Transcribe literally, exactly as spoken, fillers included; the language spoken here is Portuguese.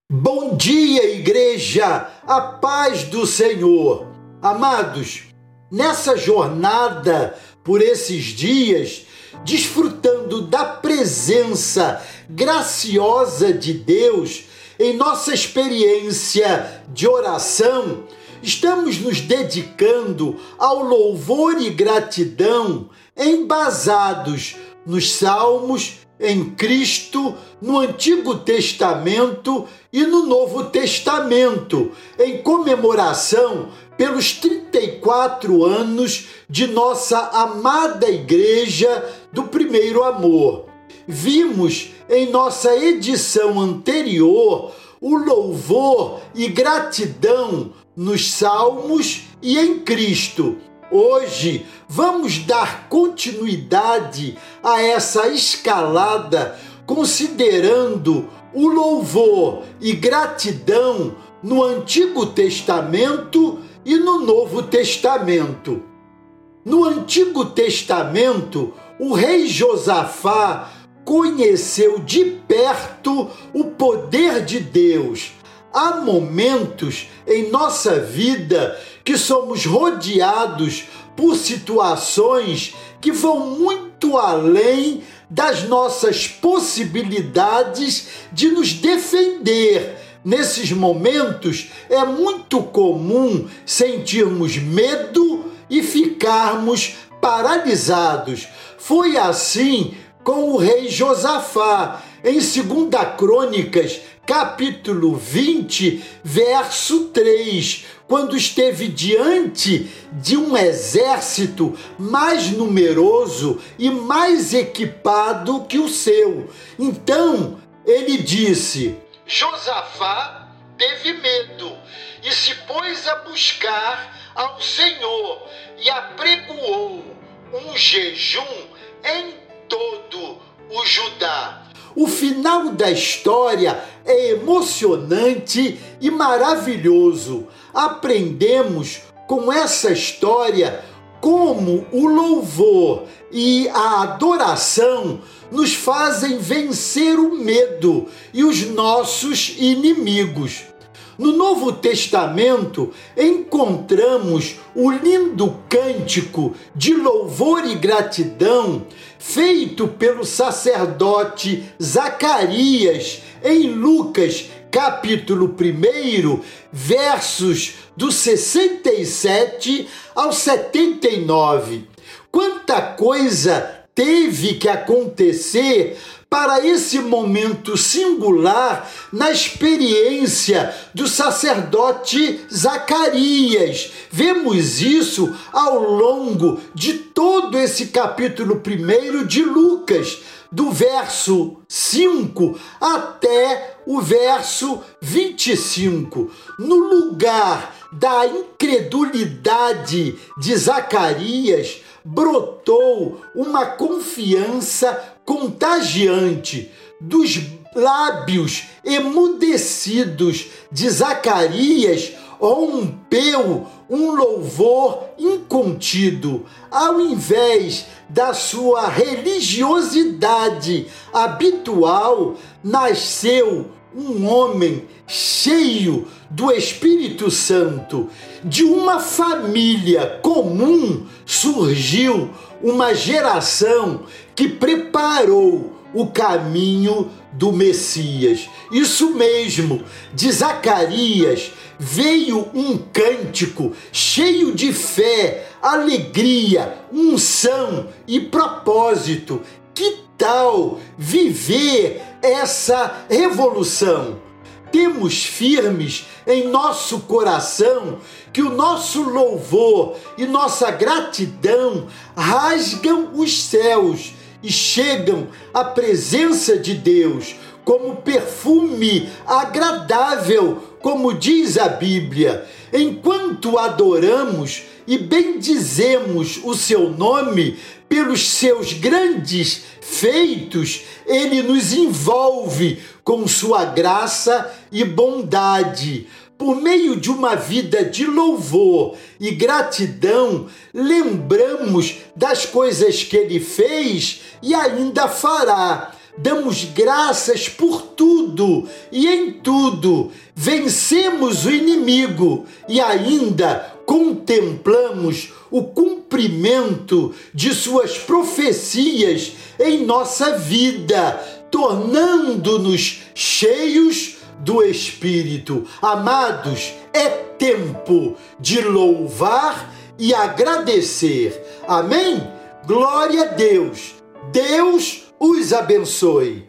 Bom dia, igreja! A paz do Senhor! Amados, nessa jornada por esses dias, desfrutando da presença graciosa de Deus em nossa experiência de oração, estamos nos dedicando ao louvor e gratidão embasados nos Salmos, em Cristo, no Antigo Testamento e no Novo Testamento, em comemoração pelos trinta e quatro anos de nossa amada Igreja do Primeiro Amor. Vimos em nossa edição anterior o louvor e gratidão nos Salmos e em Cristo. Hoje vamos dar continuidade a essa escalada, considerando o louvor e gratidão no Antigo Testamento e no Novo Testamento. No Antigo Testamento, o rei Josafá conheceu de perto o poder de Deus. Há momentos em nossa vida que somos rodeados por situações que vão muito além das nossas possibilidades de nos defender. Nesses momentos, é muito comum sentirmos medo e ficarmos paralisados. Foi assim com o rei Josafá, em Segunda Crônicas, capítulo vinte, verso três, quando esteve diante de um exército mais numeroso e mais equipado que o seu. Então, ele disse: Josafá teve medo e se pôs a buscar ao Senhor e apregoou um jejum em todo o Judá. O final da história é emocionante e maravilhoso. Aprendemos com essa história como o louvor e a adoração nos fazem vencer o medo e os nossos inimigos. No Novo Testamento, encontramos o lindo cântico de louvor e gratidão feito pelo sacerdote Zacarias em Lucas, capítulo um, versos do sessenta e sete ao setenta e nove. Quanta coisa teve que acontecer para esse momento singular na experiência do sacerdote Zacarias. Vemos isso ao longo de todo esse capítulo primeiro de Lucas, do verso cinco até o verso vinte e cinco. No lugar da incredulidade de Zacarias, brotou uma confiança contagiante. Dos lábios emudecidos de Zacarias rompeu um louvor incontido. Ao invés da sua religiosidade habitual, nasceu um homem cheio do Espírito Santo. De uma família comum surgiu uma geração que preparou o caminho do Messias. Isso mesmo, de Zacarias veio um cântico cheio de fé, alegria, unção e propósito. Que tal viver essa revolução? Temos firmes em nosso coração que o nosso louvor e nossa gratidão rasgam os céus e chegam à presença de Deus como perfume agradável, como diz a Bíblia. Enquanto adoramos e bendizemos o seu nome pelos seus grandes feitos, ele nos envolve com sua graça e bondade. Por meio de uma vida de louvor e gratidão, lembramos das coisas que ele fez e ainda fará. damos graças por tudo e em tudo, vencemos o inimigo e ainda contemplamos o cumprimento de suas profecias em nossa vida, tornando-nos cheios do Espírito. Amados, é tempo de louvar e agradecer. Amém? Glória a Deus. Deus os abençoe.